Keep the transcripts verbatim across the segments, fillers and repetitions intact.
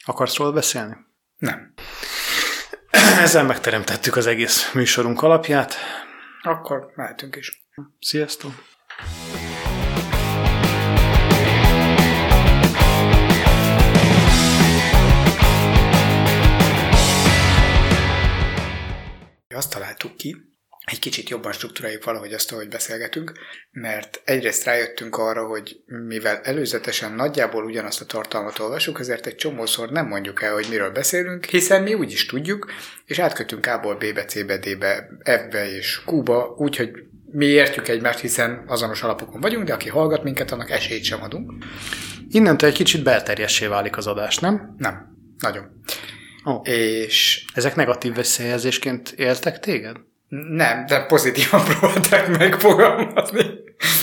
Akarsz róla beszélni? Nem. Ezzel megteremtettük az egész műsorunk alapját. Akkor mehetünk is. Sziasztok! Azt találtuk ki, egy kicsit jobban struktúráljuk valahogy azt, ahogy beszélgetünk, mert egyrészt rájöttünk arra, hogy mivel előzetesen nagyjából ugyanazt a tartalmat olvasjuk, ezért egy csomószor nem mondjuk el, hogy miről beszélünk, hiszen mi úgyis tudjuk, és átkötünk A-ból B-be, C-be, D-be, F-be és Q-ba, úgyhogy mi értjük egymást, hiszen azonos alapokon vagyunk, de aki hallgat minket, annak esélyt sem adunk. Innentől egy kicsit belterjessé válik az adás, nem? Nem. Nagyon. Oh. És... Ezek negatív visszajelzésként éltek téged? Nem, de pozitívan próbálták megfogalmazni.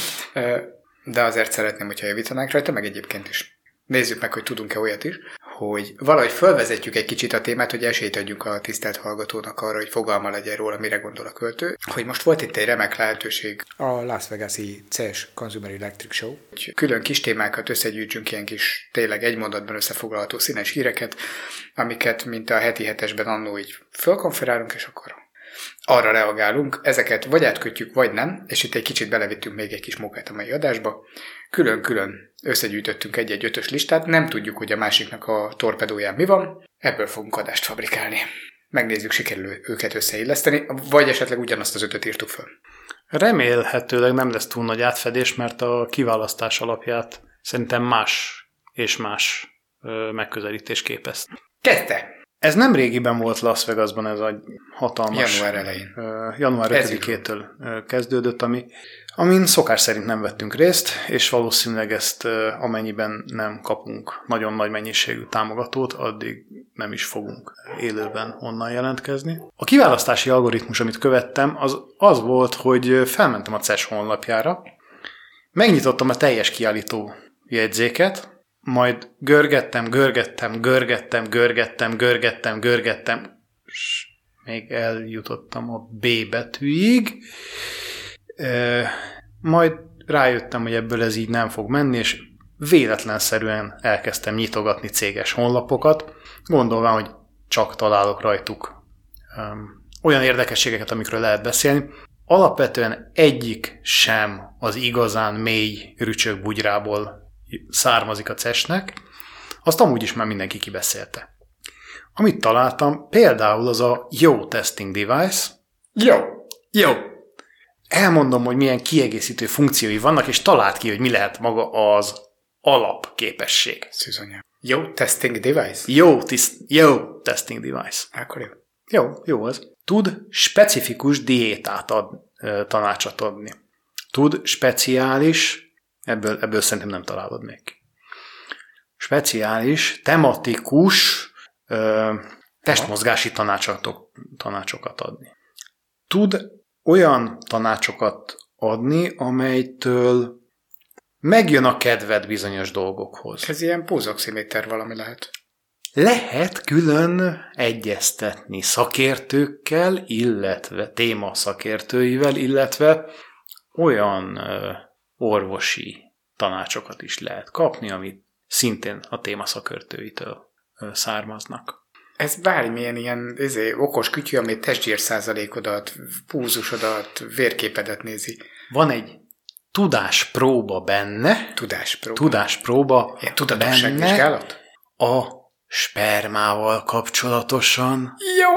De azért szeretném, hogyha javítanánk rajta, meg egyébként is. Nézzük meg, hogy tudunk-e olyat is, hogy valahogy felvezetjük egy kicsit a témát, hogy esélyt adjunk a tisztelt hallgatónak arra, hogy fogalma legyen róla, mire gondol a költő. Hogy most volt itt egy remek lehetőség a Las Vegas-i cé e es Consumer Electric Show, hogy külön kis témákat összegyűjtsünk, ilyen kis, tényleg egy mondatban összefoglalható színes híreket, amiket, mint a heti hetesben annó így fölkonferálunk, és akkor arra reagálunk, ezeket vagy átkötjük, vagy nem, és itt egy kicsit belevittünk még egy kis munkát a mai adásba. Külön-külön összegyűjtöttünk egy-egy ötös listát, nem tudjuk, hogy a másiknak a torpedóján mi van, ebből fogunk adást fabrikálni. Megnézzük, sikerül őket összeilleszteni, vagy esetleg ugyanazt az ötöt írtuk föl. Remélhetőleg nem lesz túl nagy átfedés, mert a kiválasztás alapját szerintem más és más ö, megközelítés képez. Kezdte! Ez nem régiben volt Las Vegasban, ez a hatalmas... Január elején. január ötödikétől kezdődött, ami, amin szokás szerint nem vettünk részt, és valószínűleg ezt amennyiben nem kapunk nagyon nagy mennyiségű támogatót, addig nem is fogunk élőben onnan jelentkezni. A kiválasztási algoritmus, amit követtem, az az volt, hogy felmentem a cé e es honlapjára, megnyitottam a teljes kiállító jegyzéket, majd görgettem, görgettem, görgettem, görgettem, görgettem, görgettem, és még eljutottam a B betűig, e, majd rájöttem, hogy ebből ez így nem fog menni, és véletlenszerűen elkezdtem nyitogatni céges honlapokat, gondolván, hogy csak találok rajtuk um, olyan érdekességeket, amikről lehet beszélni. Alapvetően egyik sem az igazán mély rücsökbugyrából származik a cé e es-nek, azt amúgy is már mindenki kibeszélte. Amit találtam, például az a Yo Testing Device. Jó! Jó! Elmondom, hogy milyen kiegészítő funkciói vannak, és találd ki, hogy mi lehet maga az alapképesség. Szűzanyám. Yo Testing Device? Yo, tis- Yo Testing Device. Akkor jó. Jó, jó az. Tud specifikus diétát ad, tanácsot adni. Tud speciális Ebből, ebből szerintem nem találod még. Speciális, tematikus ö, testmozgási tanácsatok, tanácsokat adni. Tud olyan tanácsokat adni, amelytől megjön a kedved bizonyos dolgokhoz. Ez ilyen pózoximéter valami lehet. Lehet külön egyeztetni szakértőkkel, illetve téma szakértőivel, illetve olyan ö, orvosi tanácsokat is lehet kapni, amit szintén a téma szakértőitől származnak. Ez bármilyen ilyen ezé, okos kütyű, ami testgyér százalékodat, púzusodat, vérképedet nézi. Van egy tudáspróba benne. Tudáspróba. Tudáspróba ilyen tudatosságvizsgálat? A spermával kapcsolatosan. Jó!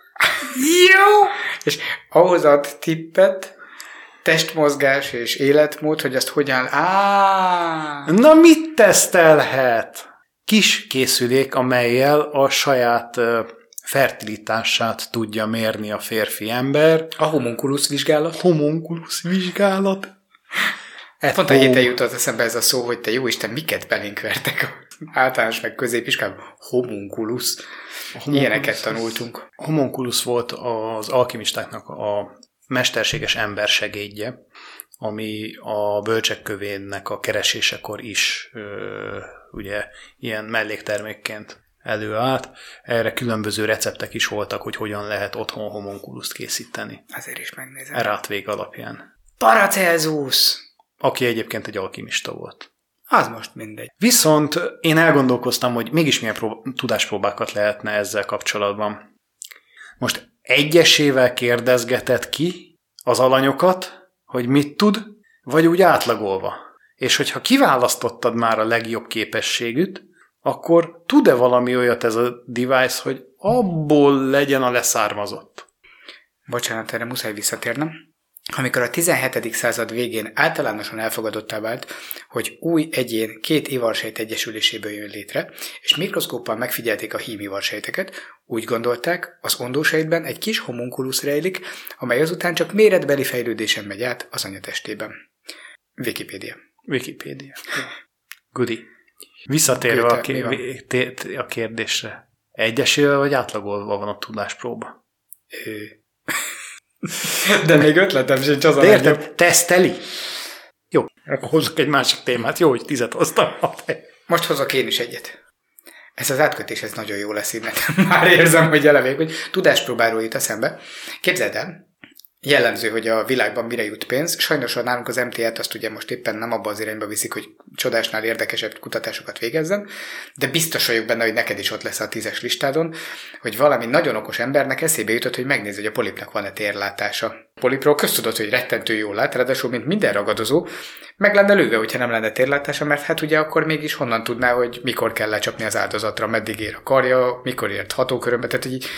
Jó! És ahhoz ad tippet, testmozgás és életmód, hogy azt hogyan... Á! Na mit tesztelhet? Kis készülék, amellyel a saját uh, fertilitását tudja mérni a férfi ember. A homunculus vizsgálat. Homunculus vizsgálat. Pont a héten jutott eszembe ez a szó, hogy te jóisten, miket belénk vertek általános meg középiskolában. Homunculus. Ilyeneket tanultunk. Homunculus volt az alkimistáknak a mesterséges embersegédje, ami a bölcsek kövének a keresésekor is ö, ugye ilyen melléktermékként előállt. Erre különböző receptek is voltak, hogy hogyan lehet otthon homunculuszt készíteni. Azért is megnézem. Erátvég alapján. Paracelsus! Aki egyébként egy alkimista volt. Az most mindegy. Viszont én elgondolkoztam, hogy mégis milyen prób- tudáspróbákat lehetne ezzel kapcsolatban. Most egyesével kérdezgetett ki az alanyokat, hogy mit tud, vagy úgy átlagolva. És hogyha kiválasztottad már a legjobb képességűt, akkor tud-e valami olyat ez a device, hogy abból legyen a leszármazott? Bocsánat, erre muszáj visszatérnem. Amikor a tizenhetedik század végén általánosan elfogadottá vált, hogy új egyén két ivarsejt egyesüléséből jön létre, és mikroszkóppal megfigyelték a hímivarsejteket, úgy gondolták, az ondósejtben egy kis homunkulusz rejlik, amely azután csak méretbeli fejlődésen megy át az anyatestében. Wikipédia. Wikipédia. Goodie. Visszatérve a, ké- a kérdésre. Egyesével vagy átlagolva van a tudáspróba? Ő... De még ötletem sincs az a De érted, legjobb. Teszteli? Jó, akkor hozzuk egy másik témát. Jó, hogy tizet hoztam. Most hozok én is egyet. Ez az átkötés, ez nagyon jó lesz innen. Már érzem, hogy elevék, hogy tudáspróbáról jut eszembe. Képzeld el, jellemző, hogy a világban mire jut pénz. Sajnos nálunk az em té é-t azt ugye most éppen nem abba az irányba viszik, hogy csodásnál érdekesebb kutatásokat végezzen, de biztos vagyok benne, hogy neked is ott lesz a tízes listádon, hogy valami nagyon okos embernek eszébe jutott, hogy megnézi, hogy a polipnak van-e térlátása. A polipról köztudott, hogy rettentő jól lát, ráadásul mint minden ragadozó, meg lenne lőve, hogyha nem lenne térlátása, mert hát ugye akkor mégis honnan tudná, hogy mikor kell lecsapni az áldozatra, meddig ér a karja, mikor ért hatókörömbe, tehát így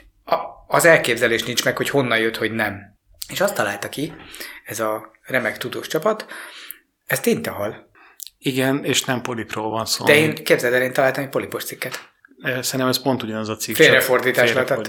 az elképzelés nincs meg, hogy honnan jött, hogy nem. És azt találta ki, ez a remek tudós csapat, ez tintahal. Igen, és nem polipról van szó. De én, képzeld el, én találtam egy polipos cikket. Szerintem ez pont ugyanaz a cikk. Félrefordítás lehetett.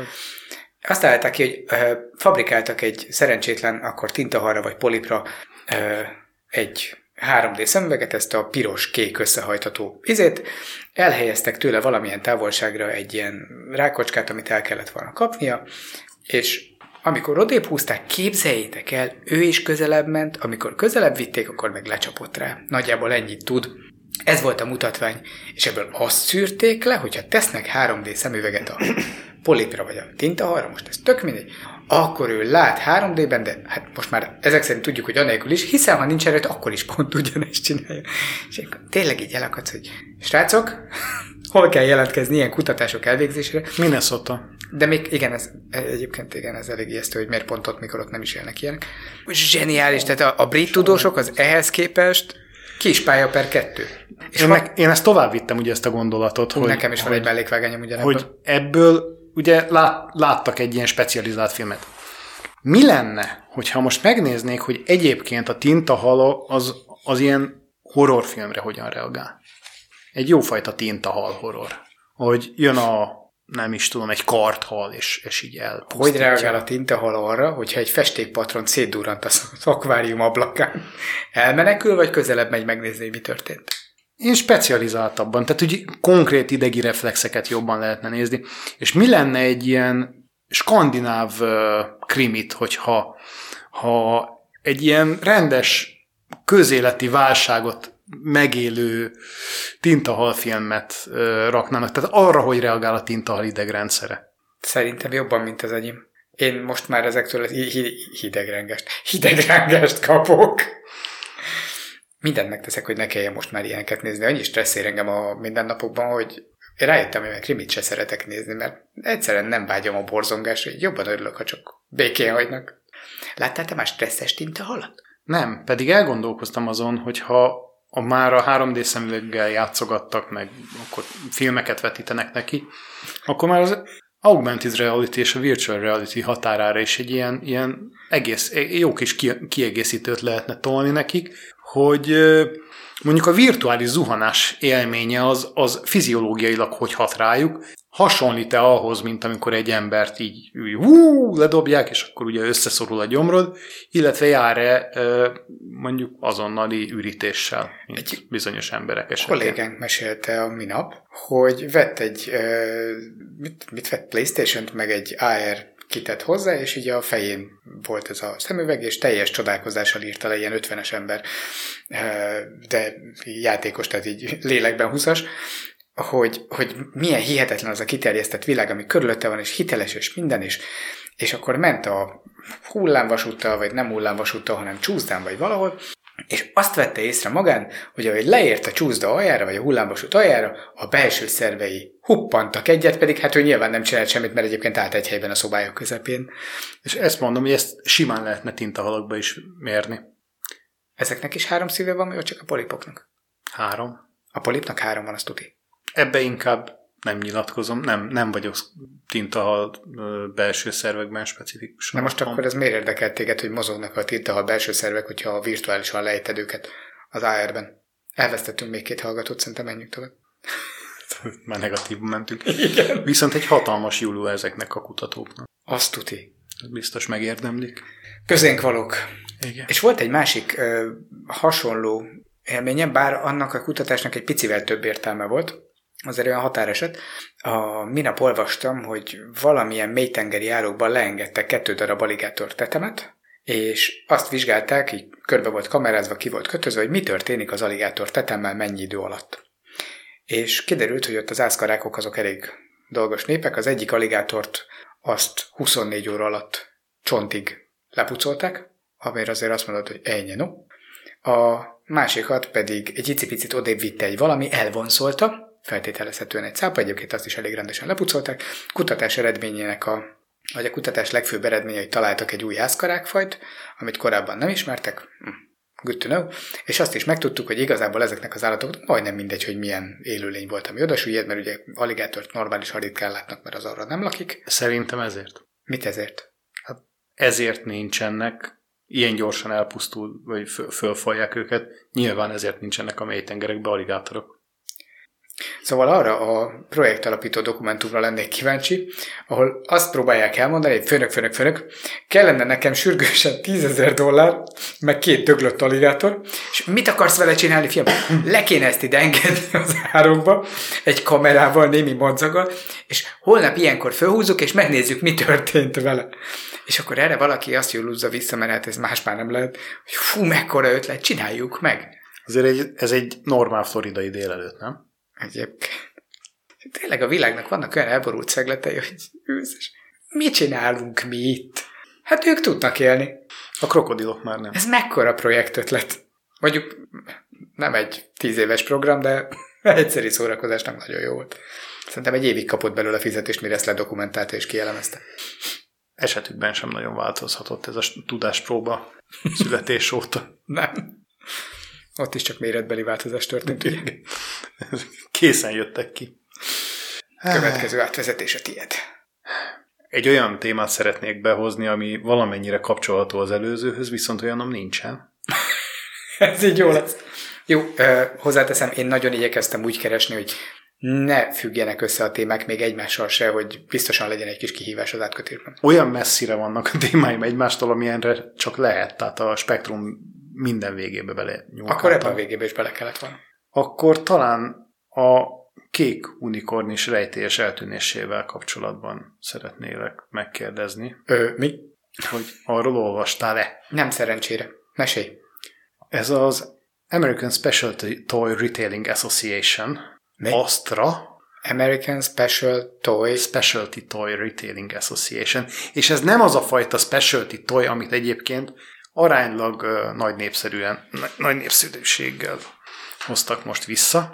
Azt találták ki, hogy uh, fabrikáltak egy szerencsétlen, akkor tintahalra vagy polipra uh, egy három dé szemüveget, ezt a piros-kék összehajtható izét, elhelyeztek tőle valamilyen távolságra egy ilyen rákocskát, amit el kellett volna kapnia, és amikor odébb húzták, képzeljétek el, ő is közelebb ment, amikor közelebb vitték, akkor meg lecsapott rá. Nagyjából ennyit tud. Ez volt a mutatvány, és ebből azt szűrték le, hogyha tesznek három dé szemüveget a polipra vagy a tintahalra, most ez tök mindegy, akkor ő lát három dében, de hát most már ezek szerint tudjuk, hogy anélkül is, hiszen ha nincs erőt, akkor is pont ugyanezt csinálja. És akkor tényleg így elakadsz, hogy srácok, hol kell jelentkezni ilyen kutatások elvégzésére? Minnesota. De még igen, ez, egyébként igen, ez elég ijesztő, hogy miért pont ott, mikor ott nem is élnek ilyenek. Zseniális, tehát a, a brit tudósok az ehhez képest kis pálya per kettő. És én, ha... meg, én ezt tovább vittem ugye ezt a gondolatot, hogy... Nekem is van hogy, egy mellékvágányom ugyanebből. Hogy ebből ugye lát, láttak egy ilyen specializált filmet. Mi lenne, hogyha most megnéznék, hogy egyébként a tintahal az, az ilyen horrorfilmre hogyan reagál? Egy jófajta tintahal horror. Hogy jön a, nem is tudom, egy karthal, és, és így elpusztítja. Hogy reagál a tintahal arra, hogyha egy festékpatron szétdurrant az akvárium ablakán? Elmenekül, vagy közelebb megy megnézni, mi történt? Én specializáltabban, tehát úgy konkrét idegi reflexeket jobban lehetne nézni. És mi lenne egy ilyen skandináv uh, krimit, hogyha ha egy ilyen rendes közéleti válságot megélő tintahal filmet uh, raknának. Tehát arra, hogy reagál a tintahal idegrendszere. Szerintem jobban, mint az enyém. Én most már ezektől hidegrengest, hidegrengest kapok. Mindent megteszek, hogy ne kelljen most már ilyeneket nézni. Annyi stressz ér engem a mindennapokban, hogy én rájöttem, hogy meg krimit se szeretek nézni, mert egyszerűen nem vágyom a borzongásra, hogy jobban örülök, ha csak békén hagynak. Láttál te már stresszes tintahalat? Nem, pedig elgondolkoztam azon, hogyha a már a három dé szemüveggel játszogattak, meg akkor filmeket vetítenek neki, akkor már az augmented reality és a virtual reality határára is egy ilyen, ilyen egész, jó kis kiegészítőt lehetne tolni nekik, hogy mondjuk a virtuális zuhanás élménye az, az fiziológiailag hogy hat rájuk, hasonlít-e ahhoz, mint amikor egy embert így hú, ledobják, és akkor ugye összeszorul a gyomrod, illetve jár-e mondjuk azonnali ürítéssel, mint egy bizonyos emberek esetén. Kollégánk mesélte a minap, hogy vett egy, mit, mit vett, PlayStation-t, meg egy á er kitett hozzá, és így a fején volt ez a szemüveg, és teljes csodálkozással írta le ilyen ötvenes ember, de játékos, tehát így lélekben húszas, hogy, hogy milyen hihetetlen az a kiterjesztett világ, ami körülötte van, és hiteles, és minden is. És akkor ment a hullámvasúttal, vagy nem hullámvasúttal, hanem csúszdán, vagy valahol, és azt vette észre magán, hogy ahogy leért a csúszda aljára, vagy a hullámvasút aljára, a belső szervei huppantak egyet, pedig hát ő nyilván nem csinált semmit, mert egyébként állt egy helyben a szobályok közepén. És ezt mondom, hogy ezt simán lehetne tintahalakba is mérni. Ezeknek is három szíve van, vagy csak a polipoknak? Három. A polipnak három van, azt tuti. Ebbe inkább nem nyilatkozom, nem, nem vagyok tintahal belső szervekben specifikus. Na most akkor ez miért érdekelt téged, hogy mozognak a tintahal belső szervek, hogyha virtuálisan lejted őket az á er-ben? Elvesztettünk még két hallgatót, szerintem menjünk tovább. Már negatívban mentünk. Igen. Viszont egy hatalmas júló ezeknek a kutatóknak. Azt tuti. Biztos megérdemlik. Közénk valók. Igen. És volt egy másik ö, hasonló élményem, bár annak a kutatásnak egy picivel több értelme volt, azért olyan határeset. A minap olvastam, hogy valamilyen mélytengeri árokban leengedtek kettő darab aligátor tetemet, és azt vizsgálták, így körbe volt kamerázva, ki volt kötözve, hogy mi történik az aligátor tetemmel mennyi idő alatt. És kiderült, hogy ott az ászkarákok azok elég dolgos népek, az egyik aligátort azt huszonnégy óra alatt csontig lepucolták, amire azért azt mondod, hogy ennyi, no. A másikat pedig egy icipicit odébb vitte egy valami, elvonszolta, feltételezhetően egy cápa, egyébként azt is elég rendesen lepucolták. Kutatás eredményének a, vagy a kutatás legfőbb eredménye, hogy találtak egy új ászkarákfajt, amit korábban nem ismertek. Good to know. És azt is megtudtuk, hogy igazából ezeknek az állatoknak majdnem mindegy, hogy milyen élőlény volt, ami odasüllyed, mert ugye aligátort normálisan ritkán látnak, mert az arra nem lakik. Szerintem ezért. Mit ezért? Hát ezért nincsenek, ilyen gyorsan elpusztul, vagy fölfalják őket. Nyilván ezért nincsenek a mélytengerekben aligátorok. Szóval arra a projekt alapító dokumentumra lennék kíváncsi, ahol azt próbálják elmondani, hogy főnök, főnök, főnök, kellene nekem sürgősen tízezer dollár, meg két döglött aligátor, és mit akarsz vele csinálni, fiam? Le kéne ezt ide engedni az árokba, egy kamerával, némi madzaggal, és holnap ilyenkor fölhúzzuk, és megnézzük, mi történt vele. És akkor erre valaki azt jólúzza vissza, mert hát ez más már nem lehet, hogy fú, mekkora ötlet, csináljuk meg. Azért egy, ez egy normál floridai délelőtt, nem? Egyébként. Tényleg a világnak vannak olyan elborult szegletei, hogy őszes. Mit csinálunk mi itt? Hát ők tudnak élni. A krokodilok már nem. Ez mekkora projektötlet? Mondjuk nem egy tíz éves program, de egyszeri szórakozásnak nagyon jó volt. Szerintem egy évig kapott belőle fizetést, mire ezt ledokumentálta és kielemezte. Esetükben sem nagyon változhatott ez a tudáspróba születés óta. Nem. Ott is csak méretbeli változás történt. Ugye? Készen jöttek ki. Következő átvezetés a tiéd. Egy olyan témát szeretnék behozni, ami valamennyire kapcsolható az előzőhöz, viszont olyanom nincsen. Ez így jó lesz. Jó, uh, hozzáteszem, én nagyon igyekeztem úgy keresni, hogy ne függjenek össze a témák még egymással se, hogy biztosan legyen egy kis kihívás az átkötésben. Olyan messzire vannak a témáim egymástól, amilyenre csak lehet, tehát a spektrum minden végébe bele nyúlkáltam. Akkor ebben a végébe is bele kellett volna. Akkor talán a kék unikornis rejtélyes eltűnésével kapcsolatban szeretnélek megkérdezni. Ö, mi? Hogy arról olvastál-e? Nem szerencsére. Mesélj. Ez az American Specialty Toy Retailing Association, mi? ASTRA, American Special Toy Specialty Toy Retailing Association, és ez nem az a fajta specialty toy, amit egyébként aránylag uh, nagy népszerűen, nagy, nagy népszerűséggel hoztak most vissza.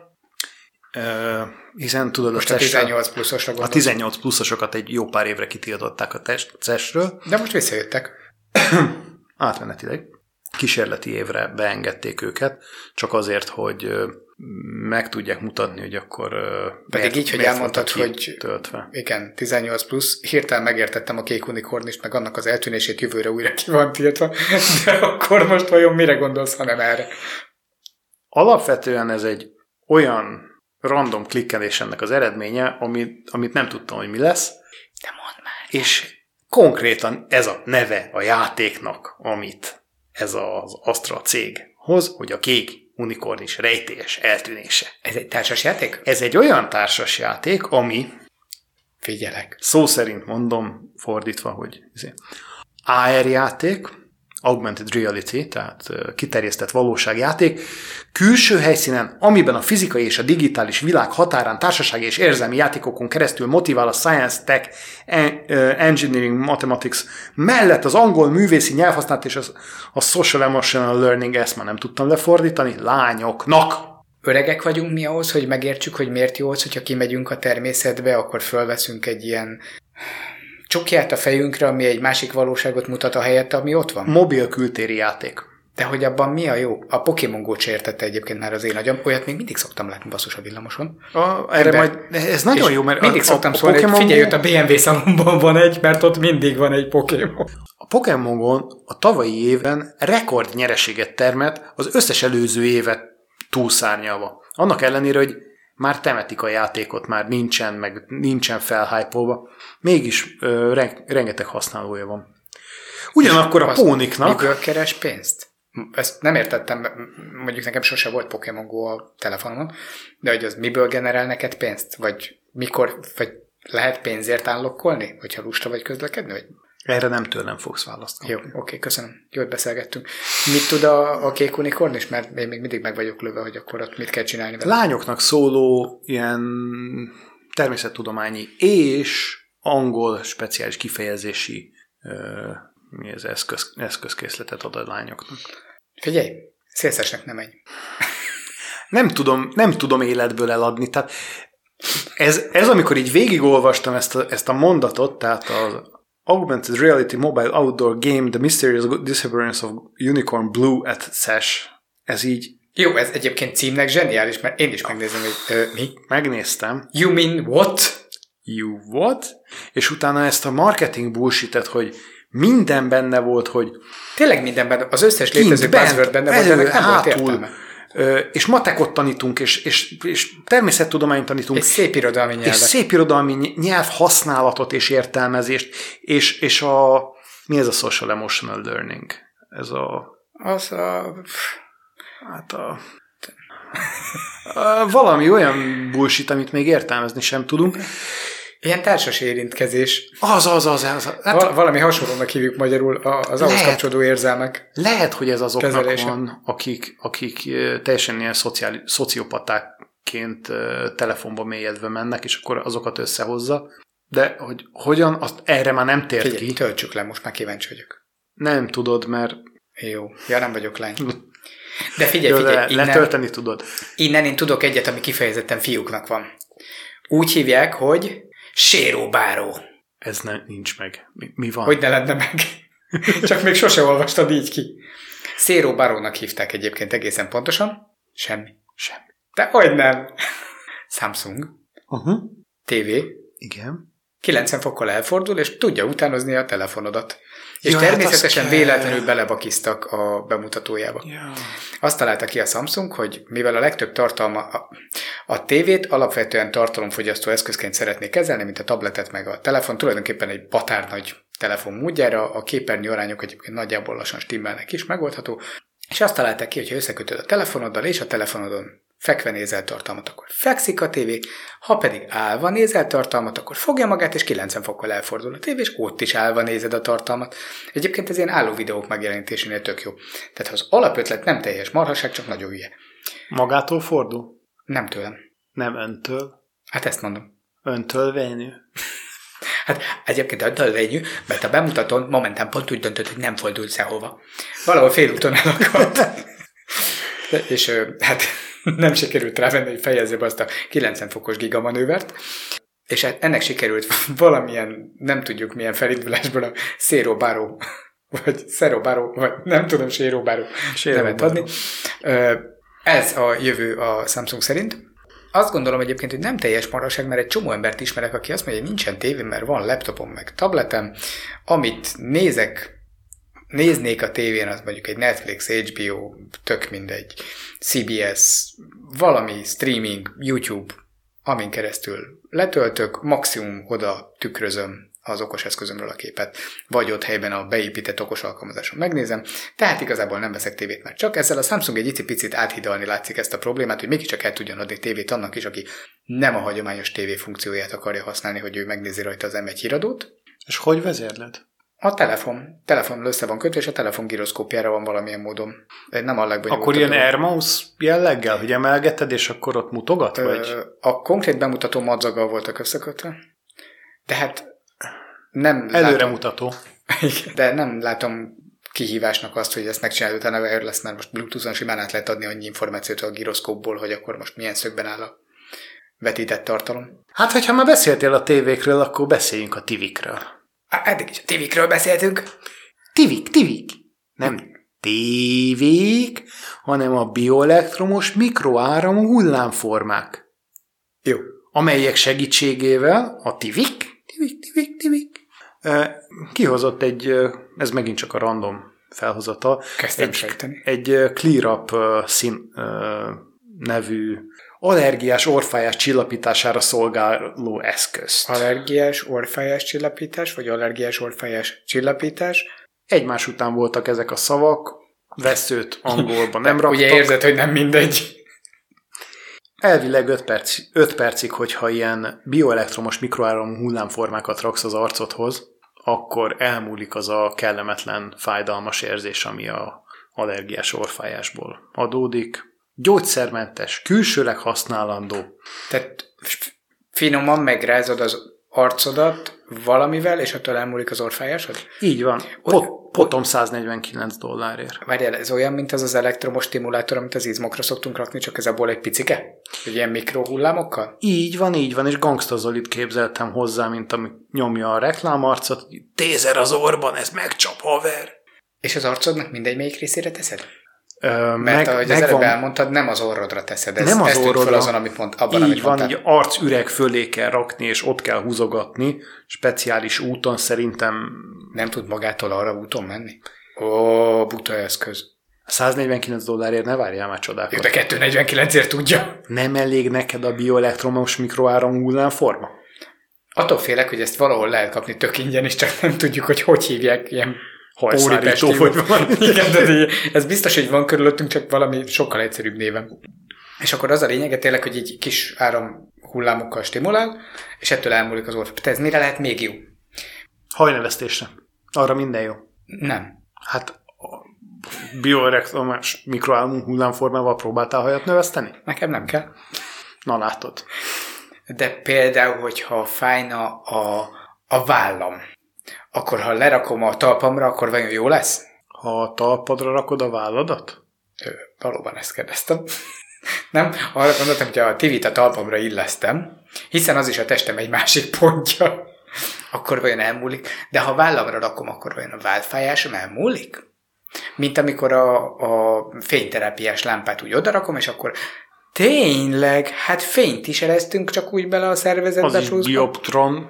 Uh, hiszen tudod, most a, a tizennyolc pluszosra a tizennyolc pluszosokat egy jó pár évre kitiltották a testről. De most visszajöttek. Átmenetileg. Kísérleti évre beengedték őket, csak azért, hogy uh, meg tudják mutatni, hogy akkor uh, pedig miért, így, hogy elmondtad, hogy töltve. Igen, tizennyolc plusz, hirtelen megértettem a kék unikornist, meg annak az eltűnését jövőre újra ki van tiltva, de akkor most vajon mire gondolsz, hanem erre? Alapvetően ez egy olyan random klikkelés ennek az eredménye, amit, amit nem tudtam, hogy mi lesz. De mondd már. És konkrétan ez a neve a játéknak, amit ez az Astra cég hoz, hogy a kék unikornis rejtélyes eltűnése. Ez egy társasjáték? Ez egy olyan társasjáték, ami Figyelek. Szó szerint mondom, fordítva, hogy á er játék, augmented reality, tehát kiterjesztett valóságjáték, külső helyszínen, amiben a fizikai és a digitális világ határán társasági és érzelmi játékokon keresztül motivál a science, tech, engineering, mathematics mellett az angol művészi nyelvhasználat és a social emotional learning, ezt már nem tudtam lefordítani, lányoknak. Öregek vagyunk mi ahhoz, hogy megértsük, hogy miért jó az, hogyha kimegyünk a természetbe, akkor fölveszünk egy ilyen csokját a fejünkre, ami egy másik valóságot mutat a helyett, ami ott van. Mobil kültéri játék. De hogy abban mi a jó? A Pokémon Go-t se értette egyébként már az én agyam. Olyat még mindig szoktam látni basszus a villamoson. A, erre de, majd, ez nagyon jó, mert mindig a, szoktam a, a szólni, Pokémon hogy figyelj, ott a bé em vé szalomban van egy, mert ott mindig van egy Pokémon. A Pokémon Go a tavalyi évben rekord nyereséget termelt, az összes előző évet túlszárnyalva. Annak ellenére, hogy már temetik a játékot, már nincsen, meg nincsen felhypolva. Mégis ö, rengeteg használója van. Ugyanakkor a póniknak... Miből keres pénzt? Ezt nem értettem, mondjuk nekem sose volt Pokémon Go a telefonomon, de hogy az miből generál neked pénzt? Vagy mikor, vagy lehet pénzért állokkolni? Hogyha lusta vagy közlekedni? Vagy... Erre nem tőlem fogsz választani. Jó, oké, köszönöm. Jót beszélgettünk. Mit tud a, a kék unikorn is? Mert én még mindig meg vagyok lőve, hogy akkor ott mit kell csinálni vele. Lányoknak szóló ilyen természettudományi és angol speciális kifejezési ö, mi ez, eszköz, eszközkészletet ad a lányoknak. Figyelj, szélszesnek nem menj. Nem tudom, nem tudom életből eladni. Tehát ez, ez amikor így végigolvastam ezt a, ezt a mondatot, tehát az Augmented Reality Mobile Outdoor Game The Mysterious Disappearance of Unicorn Blue at Sesh. Ez így... Jó, ez egyébként címnek zseniális, mert én is megnézem, hogy ö, mi? Megnéztem. You mean what? You what? És utána ezt a marketing bullshit-et, hogy minden benne volt, hogy... Tényleg minden benne, az összes létező buzzword benne volt, ennek nem volt értelme. És matekot tanítunk, és, és, és természettudományt tanítunk. És szép irodalmi nyelvet. És szép irodalmi nyelv használatot és értelmezést, és, és a... Mi ez a social emotional learning? Ez a... Az a... Hát a... a valami olyan bullshit, amit még értelmezni sem tudunk. Ilyen társas érintkezés. Az, az, az. az. Hát, Val- valami hasonlónak hívjuk magyarul az ahhoz kapcsolódó érzelmek. Lehet, hogy ez azoknak kezelése. Van, akik, akik teljesen ilyen szociál, szociopatákként telefonba mélyedve mennek, és akkor azokat összehozza. De hogy hogyan, azt erre már nem tért Figyelj, ki. töltsük le, most már kíváncsi vagyok. Nem tudod, mert... Jó, ja, nem vagyok lány. De figyelj, figyelj, le, innen, letölteni tudod. Innen én tudok egyet, ami kifejezetten fiúknak van. Úgy hívják, hogy séróbáró. Ez ne, nincs meg. Mi, mi van? Hogy ne lenne meg? Csak még sose olvastad így ki. Séróbárónak hívták egyébként egészen pontosan. Semmi. Semmi. De hogy nem? Samsung. Uh-huh. té vé. Igen. kilencven fokkal elfordul, és tudja utánozni a telefonodat. És ja, természetesen hát véletlenül belebakiztak a bemutatójába. Ja. Azt találta ki a Samsung, hogy mivel a legtöbb tartalma, a, a tévét alapvetően tartalomfogyasztó eszközként szeretné kezelni, mint a tabletet meg a telefon, tulajdonképpen egy batárnagy telefon módjára, a képernyő arányok egyébként nagyjából lassan stimmelnek is, megoldható, és azt találták ki, hogyha összekötöd a telefonoddal, és a telefonodon fekve nézel tartalmat, akkor fekszik a tévé, ha pedig állva nézel tartalmat, akkor fogja magát, és kilencven fokkal elfordul a tévé, és ott is állva nézed a tartalmat. Egyébként ez ilyen álló videók megjelenítésénél tök jó. Tehát ha az alapötlet nem teljes marhaság, csak nagyon hülye. Magától fordul? Nem tőlem. Nem öntől? Hát ezt mondom. Öntől venni? Hát egyébként öntől venni, mert a bemutatón momentán pont úgy döntött, hogy nem fordult sehova. Valahol félúton elakadt. És hát nem sikerült rávenni, hogy fejezze be azt a kilencven fokos gigamanővert, és ennek sikerült valamilyen, nem tudjuk milyen felindulásból a Séróbáró, vagy Szeróbáró, vagy nem tudom, Séróbáró nevet adni. Ez a jövő a Samsung szerint. Azt gondolom egyébként, hogy nem teljes marhaság, mert egy csomó embert ismerek, aki azt mondja, hogy nincsen tévém, mert van laptopom, meg tabletem, amit nézek, néznék a tévén, az mondjuk egy Netflix, há bé o, tök mindegy, cé bé es, valami streaming, YouTube, amin keresztül letöltök, maximum oda tükrözöm az okos eszközömről a képet, vagy ott helyben a beépített okos alkalmazáson megnézem, tehát igazából nem veszek tévét, mert csak ezzel a Samsung egy icipicit áthidalni látszik ezt a problémát, hogy mégiscsak el tudjon adni tévét annak is, aki nem a hagyományos tévé funkcióját akarja használni, hogy ő megnézi rajta az em egy híradót. És hogy vezérled? A telefon. Telefon össze van kötve, és a telefon giroszkópjára van valamilyen módon. Nem a legbonyolultabb. Akkor ilyen AirMouse jelleggel, hogy emelgeted, és akkor ott mutogat? Ö, vagy? A konkrét bemutató madzaggal voltak összekötve. De hát nem Előremutató. látom, de nem látom kihívásnak azt, hogy ezt megcsinálod, utána wireless, mert most Bluetooth-on simán át lehet adni annyi információt a giroszkópból, hogy akkor most milyen szögben áll a vetített tartalom. Hát, hogyha már beszéltél a tévékről, akkor beszéljünk a tivikről. Á, eddig is a tévékről beszéltünk. Tivik, tivik. Nem tévék, hanem a bioelektromos mikroáramú hullámformák. Jó. Amelyek segítségével a tivik, tivik, tivik, tivik, kihozott egy, ez megint csak a random felhozata, Kezdtem egy, sejteni. egy ClearUp szín nevű allergiás orrfájás csillapítására szolgáló eszközt. Allergiás orrfájás csillapítás, vagy allergiás orrfájás csillapítás. Egymás után voltak ezek a szavak, veszőt angolban nem raktak. Ugye érzed, hogy nem mindegy. Elvileg öt perc, öt percig, hogyha ilyen bioelektromos mikroáramú hullámformákat raksz az arcodhoz, akkor elmúlik az a kellemetlen, fájdalmas érzés, ami a allergiás orrfájásból adódik. Gyógyszermentes, külsőleg használandó. Tehát finoman megrázod az arcodat valamivel, és attól elmúlik az orrfájásod? Így van. Pot, potom száznegyvenkilenc dollárért. Várjál, ez olyan, mint az az elektromos stimulátor, amit az izmokra szoktunk rakni, csak ez abból egy picike? Egy ilyen mikrohullámokkal? Így van, így van, és Gangsta Zolit képzeltem hozzá, mint ami nyomja a reklámarcot. Tézer az orban, ez megcsap, haver! És az arcodnak mindegy melyik részére teszed? Ö, Mert meg, ahogy az előbb elmondtad, nem az orrodra teszed. Ez, nem az ezt orrodra. Föl azon, amit mond, abban, így amit van, mondtál. így arc üreg fölé kell rakni, és ott kell húzogatni. Speciális úton szerintem... Nem tud magától arra úton menni? Ó, buta eszköz. száznegyvenkilenc dollárért ne várjál már csodákat. Jó, de kettőszáznegyvenkilencért tudja. Nem elég neked a bioelektromos mikroáramú hullámforma? Attól félek, hogy ezt valahol lehet kapni tök ingyen, és csak nem tudjuk, hogy hogy hívják ilyen Hajszárító, hogy van. Igen, de ez biztos, hogy van körülöttünk, csak valami sokkal egyszerűbb néven. És akkor az a lényege tényleg, hogy egy kis áram hullámokkal stimulál, és ettől elmúlik az orr. Te ez mire lehet még jó? Hajnevesztésre. Arra minden jó. Nem. Hát a bioelektromos mikroáramú hullámformával próbáltál hajat növeszteni? Nekem nem kell. Na látod. De például, hogyha fájna a, a vállam, akkor ha lerakom a talpamra, akkor vajon jó lesz? Ha a talpadra rakod a válladat? Ö, valóban ezt kérdeztem. Nem? Arra gondoltam, hogy a tivit a talpamra illesztem, hiszen az is a testem egy másik pontja, akkor vajon elmúlik. De ha vállamra rakom, akkor vajon a vállfájásom elmúlik? Mint amikor a, a fényterápiás lámpát úgy odarakom, és akkor tényleg, hát fényt is eresztünk csak úgy bele a szervezetbe. Az is bioptron.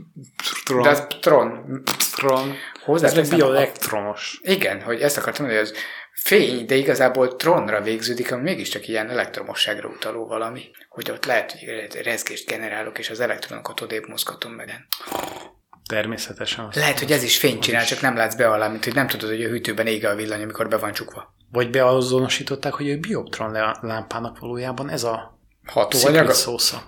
Tron. De az tron. Tron. Hozzá Ez meg bioelektromos. Igen, hogy ezt akartam mondani, hogy az fény, de igazából tronra végződik, ami mégiscsak ilyen elektromosságra utaló valami. Hogy ott lehet, hogy rezgést generálok, és az elektronokat odébb mozgatom meg. Természetesen. Lehet, hogy ez is fényt csinál, csak nem látsz be alá, mint hogy nem tudod, hogy a hűtőben ég a villany, amikor be van csukva. Vagy beazonosították, hogy a bioptron lámpának valójában ez a hatóanyaga? Szósza.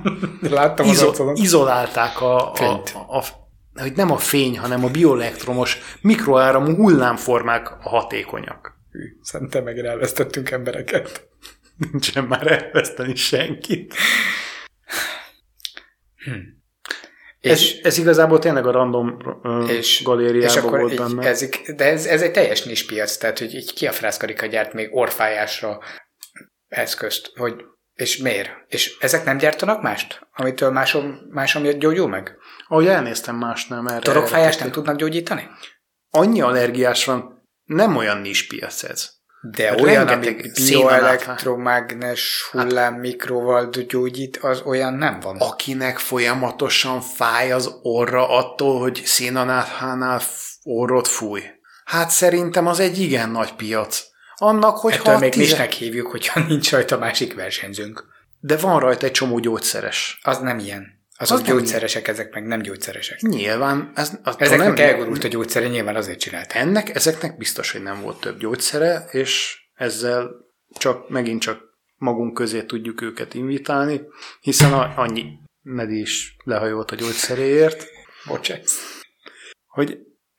Láttam Izo- az arcodon. Izolálták a, a, a, a, hogy nem a fény, hanem a bioelektromos mikroáramú hullámformák a hatékonyak. Hű, szerintem meg elvesztettünk embereket. Nincsen már elveszteni senkit. Hm. Ez, és, ez igazából tényleg a random uh, és, galériában és akkor volt így benne. Ezik, de ez, ez egy teljes nispiac, tehát hogy így kiafrászkodik a gyárt még orrfájásra eszközt, hogy és miért? És ezek nem gyártanak mást? Amitől másom, másom gyógyul meg? Ahogy elnéztem más nem erre. Torokfájást nem tudnak gyógyítani? Annyi allergiás van, nem olyan nispiac ez. De hát olyan, ami bioelektromágnes hullám hát, mikroval gyógyít, az olyan nem van. Akinek folyamatosan fáj az orra attól, hogy szénanáthánál orrot fúj. Hát szerintem az egy igen nagy piac. Annak, hogy ettől még tize... misnek hívjuk, hogyha nincs rajta másik versenyzőnk. De van rajta egy csomó gyógyszeres. Az nem ilyen. Azok az gyógyszeresek, ilyen. Ezek meg nem gyógyszeresek. Nyilván. Ez, ezeknek nem... elgurult a gyógyszere, nyilván azért csinálták. Ennek, ezeknek biztos, hogy nem volt több gyógyszere, és ezzel csak megint csak magunk közé tudjuk őket invitálni, hiszen a, annyi Medi is lehajolt a gyógyszeréért. Bocsász. Hogy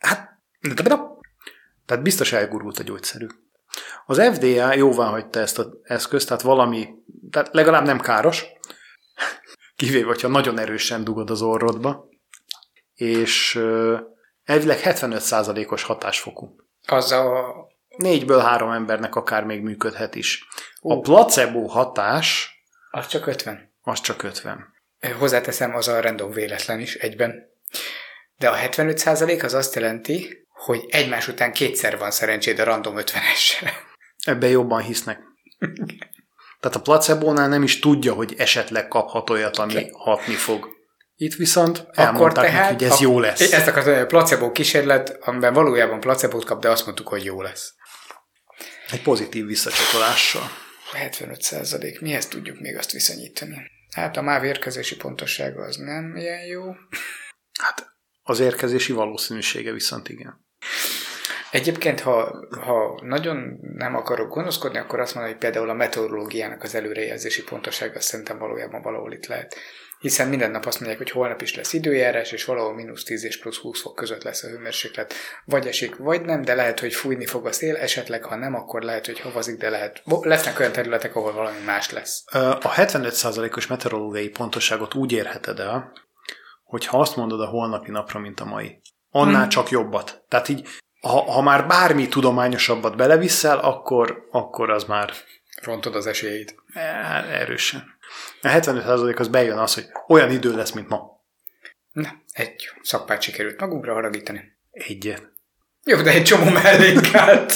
Hát, tehát biztos elgurult a gyógyszerük. Az ef dé á jóvá hagyta ezt az eszközt, tehát valami, tehát legalább nem káros, kivéve, hogyha nagyon erősen dugod az orrodba, és uh, elvileg hetvenöt százalékos hatásfokú. Az a... Négyből három embernek akár még működhet is. A placebo hatás... Az csak ötven. Az csak ötven. Hozzáteszem, az a random véletlen is egyben. De a hetvenöt százalék az azt jelenti, hogy egymás után kétszer van szerencséd a random ötvenessel. Ebben jobban hisznek. Tehát a placebónál nem is tudja, hogy esetleg kaphat olyat, ami okay. hatni fog. Itt viszont elmondták neki, hogy ez a, jó lesz. Ezt akartam, hogy a placebo kísérlet, amiben valójában placebót kap, de azt mondtuk, hogy jó lesz. Egy pozitív visszacsatolással. hetvenöt százalék. Mihez tudjuk még azt viszonyítani? Hát a MÁV érkezési pontossága az nem ilyen jó. Hát az érkezési valószínűsége viszont igen. Egyébként, ha, ha nagyon nem akarok gonoszkodni, akkor azt mondom, hogy például a meteorológiának az előrejelzési pontossága szerintem valójában valahol itt lehet. Hiszen minden nap azt mondják, hogy holnap is lesz időjárás, és valahol mínusz tíz és plusz húsz fok között lesz a hőmérséklet. Vagy esik, vagy nem, de lehet, hogy fújni fog a szél, esetleg, ha nem, akkor lehet, hogy havazik, de lehet. Lesznek olyan területek, ahol valami más lesz. A hetvenöt százalékos meteorológiai pontosságot úgy érheted el, hogy ha azt mondod a holnapi napra, mint a mai, annál hmm. csak jobbat. Tehát így, ha, ha már bármi tudományosabbat beleviszel, akkor, akkor az már... Rontod az esélyét. Erősen. A hetvenöt százalék az bejön az, hogy olyan idő lesz, mint ma. Na, egy szakpát sikerült magunkra haragítani. Egyet. Jó, de egy csomó mellénk állt.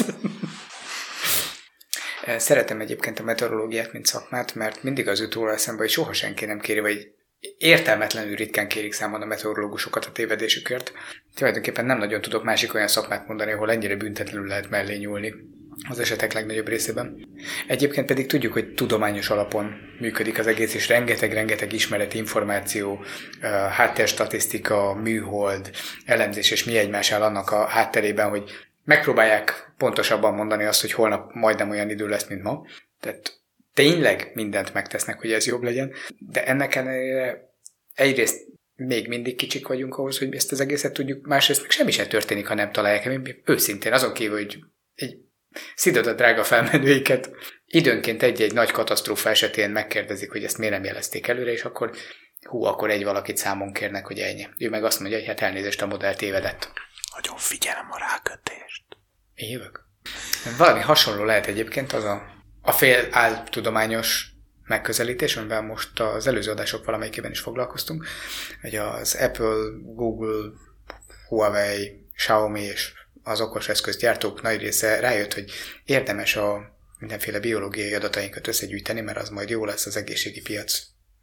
Szeretem egyébként a meteorológiát, mint szakmát, mert mindig az jut róla eszembe, hogy soha senki nem kéri, vagy értelmetlenül ritkán kérik számon a meteorológusokat a tévedésükért. Tulajdonképpen nem nagyon tudok másik olyan szakmát mondani, ahol ennyire büntetlenül lehet mellé nyúlni az esetek legnagyobb részében. Egyébként pedig tudjuk, hogy tudományos alapon működik az egész, és rengeteg-rengeteg ismeret, információ, háttérstatisztika, műhold, elemzés, és mi egymás áll annak a hátterében, hogy megpróbálják pontosabban mondani azt, hogy holnap majdnem olyan idő lesz, mint ma. Tehát tényleg mindent megtesznek, hogy ez jobb legyen, de ennek ellenére egyrészt még mindig kicsik vagyunk ahhoz, hogy ezt az egészet tudjuk, másrészt meg semmi sem történik, ha nem találják. Én őszintén azon kívül, hogy egy szidod a drága felmenőiket, időnként egy-egy nagy katasztrófa esetén megkérdezik, hogy ezt miért nem jelezték előre, és akkor hú, akkor egy valakit számon kérnek, hogy ennyi. Ő meg azt mondja, hogy hát elnézést, a modell tévedett. Nagyon figyelem a rákötést. Én jövök. Valami hasonló lehet egyébként az a, a fél áltudományos megközelítés, amivel most az előző adások valamelyikében is foglalkoztunk, hogy az Apple, Google, Huawei, Xiaomi és az okos eszközgyártók nagy része rájött, hogy érdemes a mindenféle biológiai adatainkat összegyűjteni, mert az majd jó lesz az egészségi piac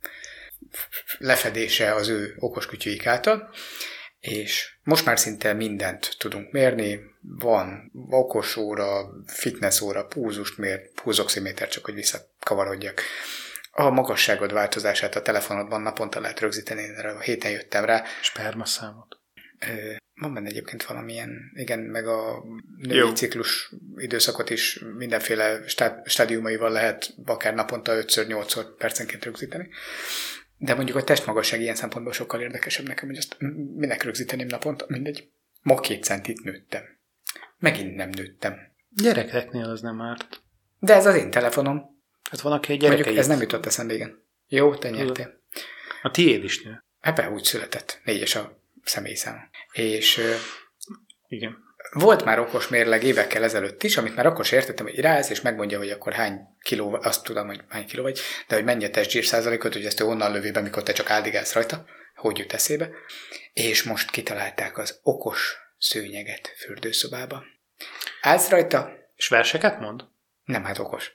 lefedése az ő okoskutyúik által, és most már szinte mindent tudunk mérni, van okos óra, fitness óra, púzust mér, púzoximéter, csak hogy visszakavarodjak. A magasságod változását a telefonodban naponta lehet rögzíteni, erre a héten jöttem rá. Spermaszámot. Van benne egyébként valamilyen, igen, meg a női Jó. ciklus időszakot is mindenféle stádiumaival lehet akár naponta ötször-nyolcszor percenként rögzíteni. De mondjuk a testmagasság ilyen szempontból sokkal érdekesebb nekem, hogy azt minek rögzíteném naponta, mindegy. Ma két centit nőttem. Megint nem nőttem. Gyerekeknél az nem árt. De ez az én telefonom. Hát van, aki egy gyerekei. Mondjuk ez nem jutott eszembe, igen. Jó, te nyertél. A tiéd is nő. Ebben úgy született. Négyes a személyszám. És igen. Volt már okos mérleg évekkel ezelőtt is, amit már akkor sem értettem, hogy ráállsz, és megmondja, hogy akkor hány kiló, azt tudom, hogy hány kiló vagy, de hogy mennyi a testzsír százalékot, hogy ezt ő onnan lövi be, mikor te csak áldigálsz rajta, hogy jut eszébe. És most kitalálták az okos szőnyeget fürdőszobába. Állsz rajta. És verseket mond? Nem, hát okos.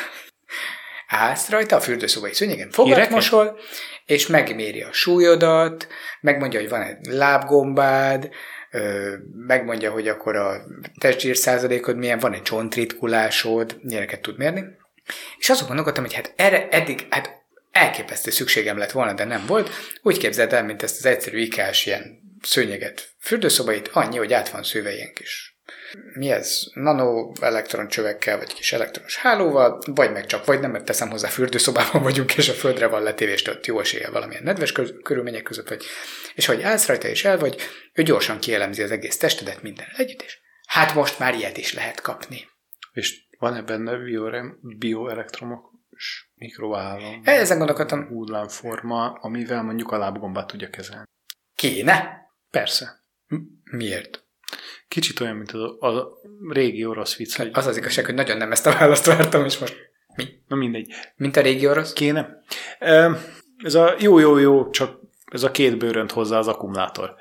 Állsz rajta a fürdőszobai szőnyegen, fogat mosol, és megméri a súlyodat, megmondja, hogy van egy lábgombád, megmondja, hogy akkor a testzsír százalékod milyen, van egy csontritkulásod, ilyeneket tud mérni. És azon gondolkodtam, hogy hát erre eddig hát elképesztő szükségem lett volna, de nem volt. Úgy képzeld el, mint ezt az egyszerű ikás ilyen szőnyeget fürdőszobait, annyi, hogy át van szőve ilyen kis mi ez, nano elektroncsövekkel, vagy kis elektronos hálóval, vagy meg csak, vagy nem, mert teszem hozzá, fürdőszobában vagyunk, és a földre van letéve, és ott jó eséllyel valamilyen nedves körülmények között vagy. És hogy állsz rajta és el vagy, ő gyorsan kielemzi az egész testedet minden együtt, és hát most már ilyet is lehet kapni. És van-e benne bioelektromok? Mikroállam, ezen gondolkodtam. hullámforma, amivel mondjuk a lábgombát tudja kezelni. Kéne? Persze. Miért? Kicsit olyan, mint a, a régi orosz vicc. Hogy... Az az igazság, hogy nagyon nem ezt a választ vártam, és most mi? Na mindegy. Mint a régi orosz? Kéne. Ez a jó-jó-jó, csak ez a két bőrönt hozzá az akkumulátor.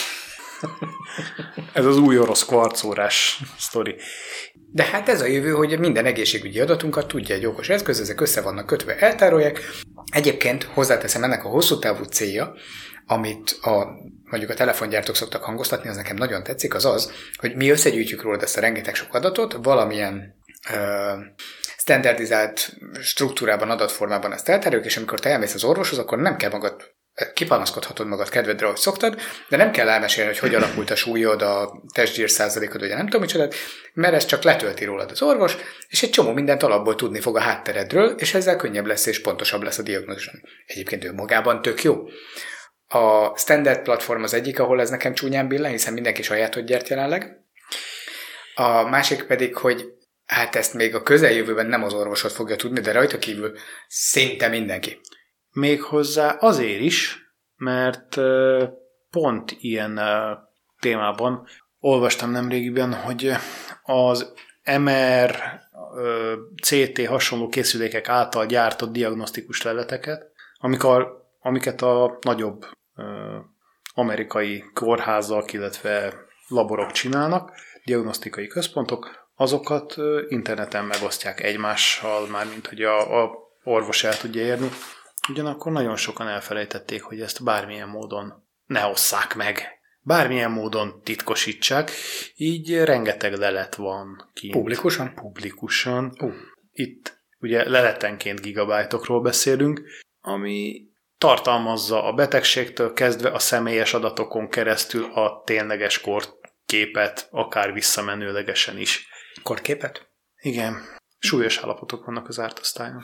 Ez az új orosz kvarcórás sztori. De hát ez a jövő, hogy minden egészségügyi adatunkat tudja egy okos eszköz, ezek össze vannak kötve, eltárolják. Egyébként hozzáteszem ennek a hosszú távú célja, amit a, mondjuk a telefongyártók szoktak hangoztatni, az nekem nagyon tetszik, az az, hogy mi összegyűjtjük rólad ezt a rengeteg sok adatot, valamilyen ö, standardizált struktúrában, adatformában ezt eltároljuk, és amikor te elmész az orvoshoz, akkor nem kell magad, kipanaszkodhatod magad kedvedre, ahogy szoktad, de nem kell elmesélni, hogy hogy alakult a súlyod, a testgyír százalékod, vagy nem tudom micsodát, mert ezt csak letölti rólad az orvos, és egy csomó mindent alapból tudni fog a hátteredről, és ezzel könnyebb lesz és pontosabb lesz a diagnózis. Egyébként ő magában tök jó. A standard platform az egyik, ahol ez nekem csúnyán billen, hiszen mindenki sajátot gyárt jelenleg. A másik pedig, hogy hát ezt még a közeljövőben nem az orvosod fogja tudni, de rajta kívül szinte mindenki. Méghozzá azért is, mert pont ilyen témában olvastam nemrégiben, hogy az em er, cé té hasonló készülékek által gyártott diagnosztikus leleteket, amikor, amiket a nagyobb amerikai kórházak, illetve laborok csinálnak, diagnosztikai központok, azokat interneten megosztják egymással, mármint hogy a, a orvos el tudja érni. Ugyanakkor nagyon sokan elfelejtették, hogy ezt bármilyen módon ne osszák meg. Bármilyen módon titkosítsák. Így rengeteg lelet van kint. Publikusan? Publikusan. Uh. Itt ugye leletenként gigabájtokról beszélünk, ami tartalmazza a betegségtől kezdve a személyes adatokon keresztül a tényleges korképet, akár visszamenőlegesen is. Korképet? Igen. Súlyos állapotok vannak az ártosztályon.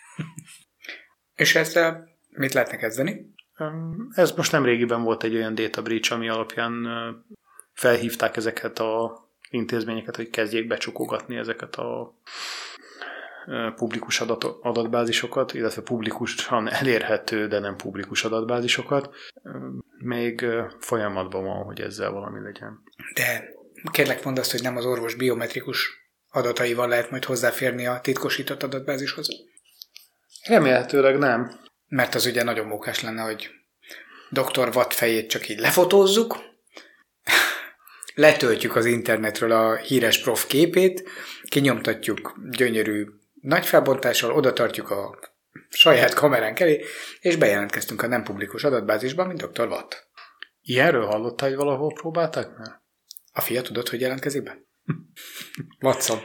És ezzel mit lehetne kezdeni? Ez most nem régiben volt egy olyan data breach, ami alapján felhívták ezeket a intézményeket, hogy kezdjék becsukogatni ezeket a publikus adat, adatbázisokat, illetve publikusan elérhető, de nem publikus adatbázisokat. Még folyamatban van, hogy ezzel valami legyen. De kérlek mondd azt, hogy nem az orvos biometrikus adataival lehet majd hozzáférni a titkosított adatbázishoz? Remélhetőleg nem. Mert az ugye nagyon mókás lenne, hogy doktor Watt fejét csak így lefotózzuk, letöltjük az internetről a híres prof képét, kinyomtatjuk gyönyörű nagy felbontással, oda tartjuk a saját kameránk elé, és bejelentkeztünk a nem publikus adatbázisban, mint doktor Watt. Ilyenről hallottál, hogy valahol próbálták meg? A fia tudod, hogy jelentkezik be? Watson.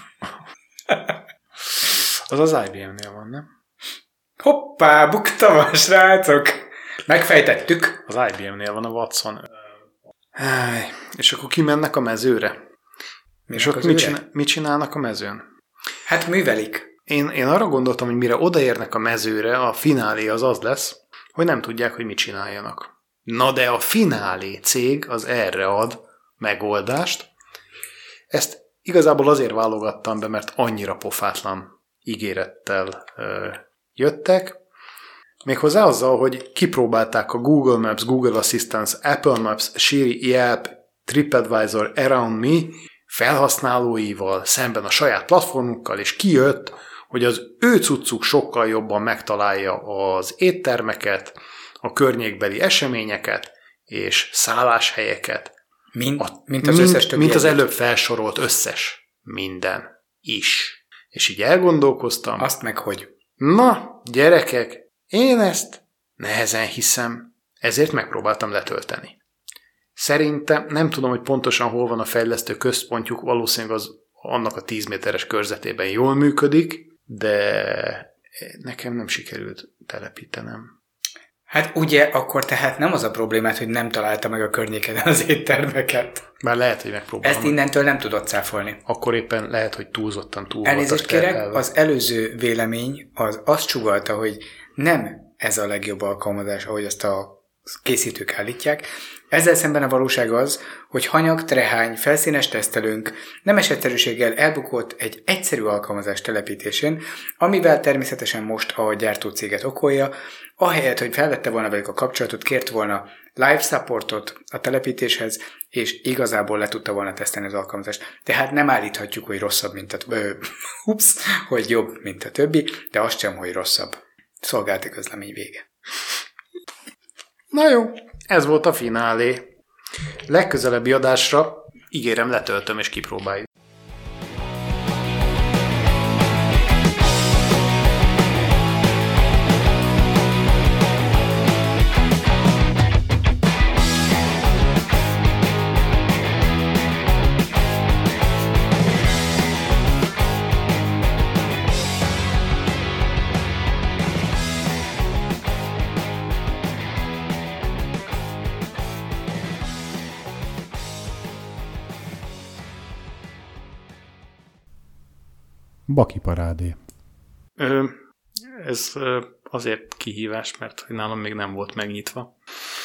Az az i bé em-nél van, nem? Hoppá, bukta van, srácok! Megfejtettük. Az i bé em-nél van a Watson. Háj, és akkor kimennek a mezőre. Mi és ott mit, csinál, mit csinálnak a mezőn? Hát művelik. Én, én arra gondoltam, hogy mire odaérnek a mezőre, a finálé az az lesz, hogy nem tudják, hogy mit csináljanak. Na de a finálé cég az erre ad megoldást. Ezt igazából azért válogattam be, mert annyira pofátlan ígérettel ö, jöttek. Méghozzá azzal, hogy kipróbálták a Google Maps, Google Assistant, Apple Maps, Siri, Yelp, TripAdvisor, Around Me felhasználóival szemben a saját platformukkal, és kijött, hogy az ő cuccuk sokkal jobban megtalálja az éttermeket, a környékbeli eseményeket és szálláshelyeket. Mint, a, mint az összes többi Mint az előbb felsorolt összes minden is. És így elgondolkoztam. Azt meg hogy? Na, gyerekek, én ezt nehezen hiszem, ezért megpróbáltam letölteni. Szerintem nem tudom, hogy pontosan hol van a fejlesztő központjuk, valószínűleg az annak a tíz méteres körzetében jól működik, de nekem nem sikerült telepítenem. Hát ugye akkor tehát nem az a problémát, hogy nem találta meg a környéken az éttermeket. Már lehet, hogy megpróbálom. Ezt innentől nem tudod cáfolni. Akkor éppen lehet, hogy túlzottan túl Elnézést kérek, az előző vélemény az azt sugallta, hogy nem ez a legjobb alkalmazás, ahogy azt a készítők állítják. Ezzel szemben a valóság az, hogy hanyag, trehány, felszínes tesztelőnk nemes egyszerűséggel elbukott egy egyszerű alkalmazás telepítésén, amivel természetesen most a gyártócéget okolja, ahelyett, hogy felvette volna velük a kapcsolatot, kért volna live supportot a telepítéshez, és igazából le tudta volna tesztelni az alkalmazást. Tehát nem állíthatjuk, hogy rosszabb, mint a ö, ups, hogy jobb, mint a többi, de azt sem, hogy rosszabb. Szolgálati közlemény vége. Na jó, ez volt a finálé. Legközelebbi adásra ígérem, letöltöm és kipróbáljuk. Baki parádé. Ö, ez ö, azért kihívás, mert nálam még nem volt megnyitva.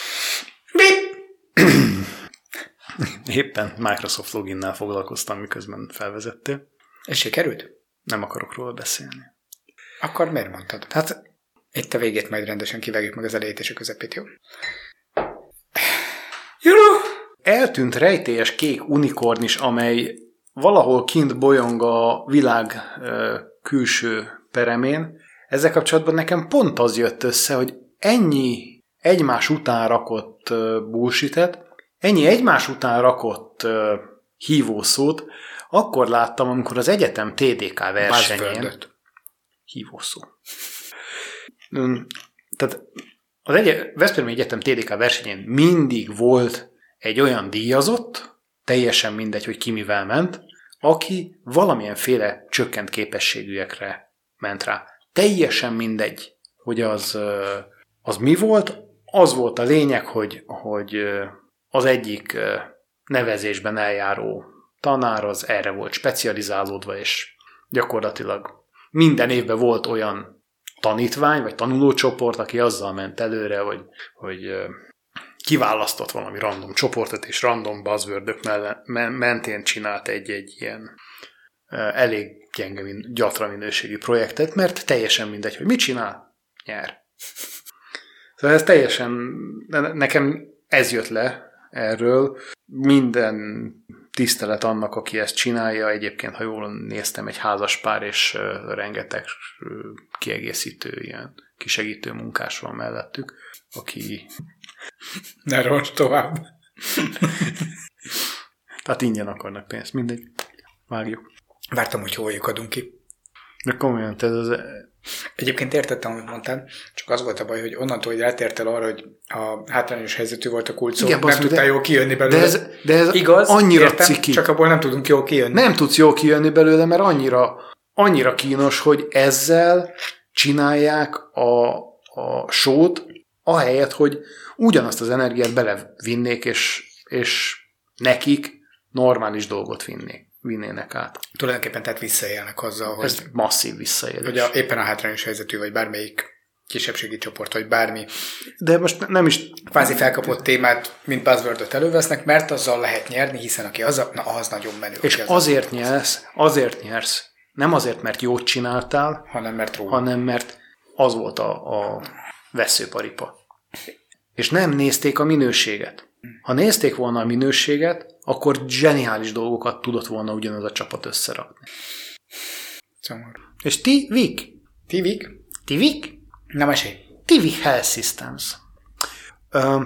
Éppen Microsoft loginnál foglalkoztam, miközben felvezettél. És sikerült? Nem akarok róla beszélni. Akkor miért mondtad? Hát itt a végét majd rendesen kivágjuk meg az elejét és a közepét, jó? Jó! Eltűnt rejtélyes kék unikornis, amely valahol kint bolyong a világ ö, külső peremén. Ezzel kapcsolatban nekem pont az jött össze, hogy ennyi egymás után rakott ö, bullshit-et, ennyi egymás után rakott ö, hívószót, akkor láttam, amikor az egyetem té dé ká versenyén... Hívószó. Tehát az egy- Veszprémi Egyetem té dé ká versenyén mindig volt egy olyan díjazott, teljesen mindegy, hogy ki mivel ment, aki valamilyenféle csökkent képességűekre ment rá. Teljesen mindegy, hogy az, az mi volt. Az volt a lényeg, hogy, hogy az egyik nevezésben eljáró tanár az erre volt specializálódva, és gyakorlatilag minden évben volt olyan tanítvány, vagy tanulócsoport, aki azzal ment előre, hogy, hogy kiválasztott valami random csoportot, és random buzzwordök mentén csinált egy-egy ilyen elég gyenge, gyatra minőségi projektet, mert teljesen mindegy, hogy mit csinál, nyer. Szóval ez teljesen, nekem ez jött le erről, minden tisztelet annak, aki ezt csinálja, egyébként, ha jól néztem, egy házas pár, és rengeteg kiegészítő, ilyen kisegítő munkás van mellettük, aki... Ne roncs tovább. Tehát ingyen akarnak pénzt, mindegy. Vágjuk. Vártam, hogy hol lyukadunk ki. De komolyan, ez az... Egyébként értettem, amit mondtál, csak az volt a baj, hogy onnantól, hogy rátértel arra, hogy a hátrányos helyzetű volt a kulcs szó, nem basszus, tudtál de, jól kijönni belőle. De ez, de ez igaz, annyira értem, ciki. csak abból nem tudunk jól kijönni. Nem tudsz jól kijönni belőle, mert annyira, annyira kínos, hogy ezzel csinálják a, a sót, ahelyett, hogy ugyanazt az energiát belevinnék, és, és nekik normális dolgot vinnék, vinnének át. Tulajdonképpen tehát visszaélnek azzal, hogy, ez masszív visszaélés. hogy a, éppen a hátrányos helyzetű, vagy bármelyik kisebbségi csoport, vagy bármi de most nem is kvázi felkapott témát, mint buzzwordot elővesznek, mert azzal lehet nyerni, hiszen aki az, na, az nagyon menő. És az azért nyersz, azért nyersz, nem azért, mert jót csináltál, hanem mert róla. hanem mert az volt a, a veszőparipa. És nem nézték a minőséget. Ha nézték volna a minőséget, akkor zseniális dolgokat tudott volna ugyanaz a csapat összerakni. Szomorú. És ti, Vik? Tivik? Ti, Vik? Na, mesélj. Tivik Health Systems. Ö,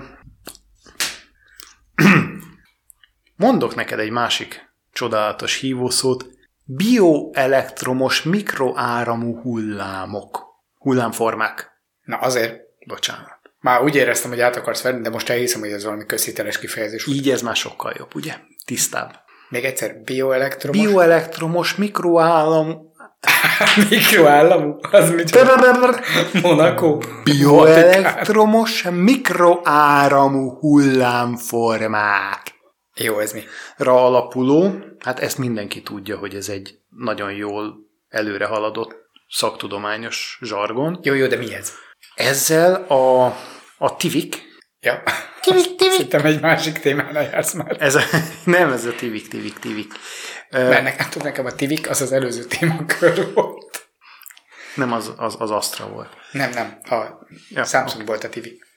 mondok neked egy másik csodálatos hívószót. Bioelektromos mikroáramú hullámok. Hullámformák. Na azért. Bocsánat. Már úgy éreztem, hogy át akarsz venni, de most elhiszem, hogy ez valami közhiteles kifejezés. Így ez már sokkal jobb, ugye? Tisztább. Még egyszer, bioelektromos? Bioelektromos mikroáram, Mikroállamú? Az mit? Monaco? Bioelektromos mikroáramú hullámformák. Jó, ez mi? Ra alapuló, hát ezt mindenki tudja, hogy ez egy nagyon jól előre haladott szaktudományos zsargon. Jó, jó, de mi ez? Ezzel a, a tivik. Ja. Tivik, tivik. Szerintem egy másik témára jársz már. Ez a, nem, ez a tivik, tivik, tivik. Mert nekem, tudod, nekem a tivik az az előző témakör volt. Nem, az, az, az Astra volt. Nem, nem. A ja, Samsung okay. volt a tivik.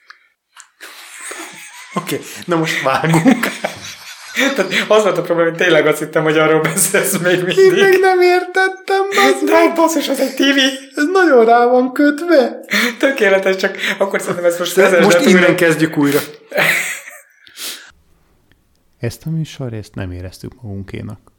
Oké, okay. Na most vágunk. Tehát az volt a probléma, hogy tényleg azt hittem, hogy arról beszélsz még mindig. Én még nem értettem. De hát basszus, az egy tivi. Ez nagyon rá van kötve. Tökéletes, csak akkor szerintem ezt most... Most újra. Innen kezdjük újra. Ezt a műsor, ezt nem éreztük magunkénak.